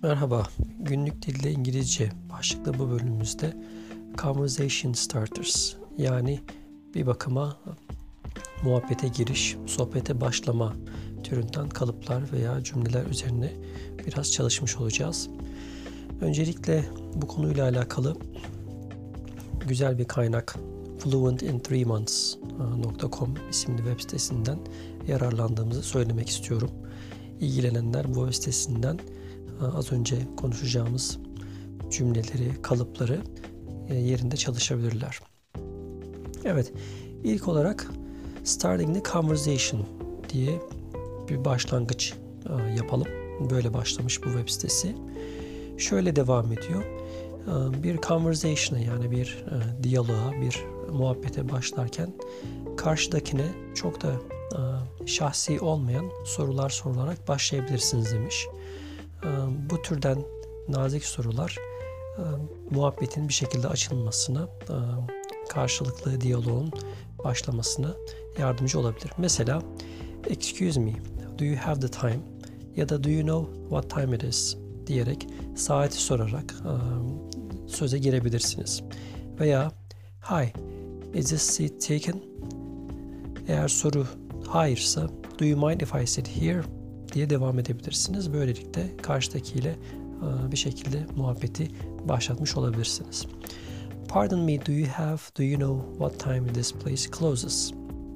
Merhaba, günlük dilde İngilizce başlıklı bu bölümümüzde Conversation Starters yani bir bakıma muhabbete giriş, sohbete başlama türünden kalıplar veya cümleler üzerine biraz çalışmış olacağız. Öncelikle bu konuyla alakalı güzel bir kaynak fluentin3months.com isimli web sitesinden yararlandığımızı söylemek istiyorum. İlgilenenler bu web sitesinden az önce konuşacağımız cümleleri, kalıpları yerinde çalışabilirler. Evet, ilk olarak starting the conversation diye bir başlangıç yapalım. Böyle başlamış bu web sitesi. Şöyle devam ediyor. Bir conversation'a yani bir diyaloğa, bir muhabbete başlarken karşıdakine çok da şahsi olmayan sorular sorularak başlayabilirsiniz demiş. Bu türden nazik sorular muhabbetin bir şekilde açılmasına, karşılıklı diyaloğun başlamasına yardımcı olabilir. Mesela, "Excuse me, do you have the time?" ya da "Do you know what time it is?" diyerek saati sorarak söze girebilirsiniz. Veya "Hi, is this seat taken?" Eğer soru hayırsa "Do you mind if I sit here?" diye devam edebilirsiniz. Böylelikle karşıdakiyle bir şekilde muhabbeti başlatmış olabilirsiniz. "Pardon me, do you know what time this place closes?"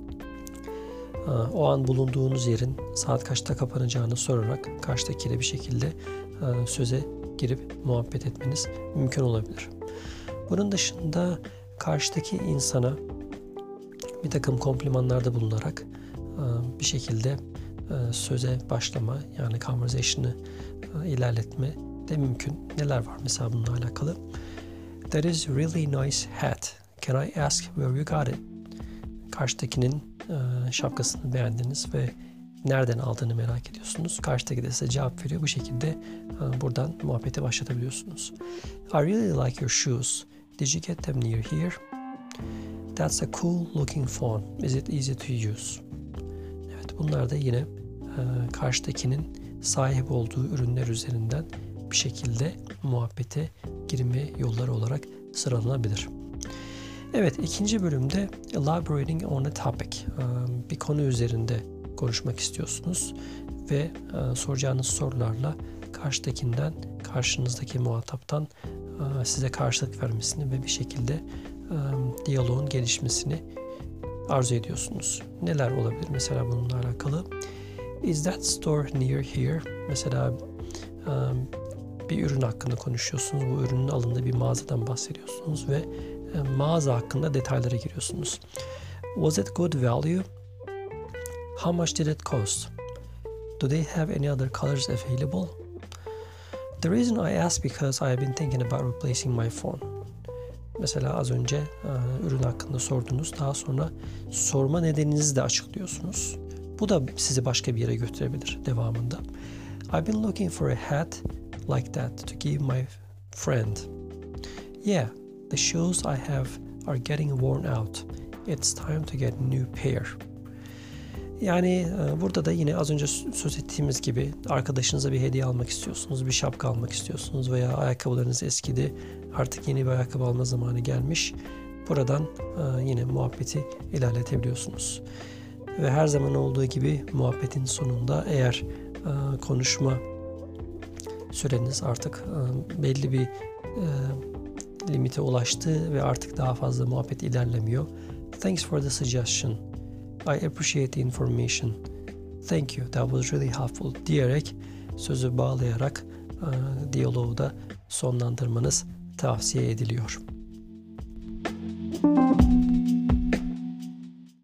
O an bulunduğunuz yerin saat kaçta kapanacağını sorarak karşıdakiyle bir şekilde söze girip muhabbet etmeniz mümkün olabilir. Bunun dışında karşıdaki insana bir takım komplimanlarda bulunarak bir şekilde söze başlama yani conversation'ı ilerletme de mümkün. Neler var mesela bununla alakalı? "That is really nice hat. Can I ask where you got it?" Karşıdakinin şapkasını beğendiniz ve nereden aldığını merak ediyorsunuz. Karşıdaki de size cevap veriyor. Bu şekilde buradan muhabbeti başlatabiliyorsunuz. "I really like your shoes. Did you get them near here? That's a cool looking phone. Is it easy to use?" Evet, bunlar da yine karşıdakinin sahip olduğu ürünler üzerinden bir şekilde muhabbete girme yolları olarak sıralanabilir. Evet, ikinci bölümde elaborating on a topic. Bir konu üzerinde konuşmak istiyorsunuz ve soracağınız sorularla karşınızdaki muhataptan size karşılık vermesini ve bir şekilde diyaloğun gelişmesini arzu ediyorsunuz. Neler olabilir mesela bununla alakalı? "Is that store near here?" Mesela bir ürün hakkında konuşuyorsunuz. Bu ürünün alındığı bir mağazadan bahsediyorsunuz ve mağaza hakkında detaylara giriyorsunuz. "Was it good value? How much did it cost? Do they have any other colors available? The reason I asked because I have been thinking about replacing my phone." Mesela az önce ürün hakkında sordunuz. Daha sonra sorma nedeninizi de açıklıyorsunuz. Bu da sizi başka bir yere götürebilir devamında. "I've been looking for a hat like that to give my friend. Yeah, the shoes I have are getting worn out. It's time to get a new pair." Yani burada da yine az önce söz ettiğimiz gibi arkadaşınıza bir hediye almak istiyorsunuz, bir şapka almak istiyorsunuz veya ayakkabılarınız eskidi, artık yeni bir ayakkabı alma zamanı gelmiş. Buradan yine muhabbeti ilerletebiliyorsunuz. Ve her zaman olduğu gibi muhabbetin sonunda eğer konuşma süreniz artık belli bir limite ulaştı ve artık daha fazla muhabbet ilerlemiyor. "Thanks for the suggestion. I appreciate the information. Thank you. That was really helpful." diyerek sözü bağlayarak diyaloğu da sonlandırmanız tavsiye ediliyor.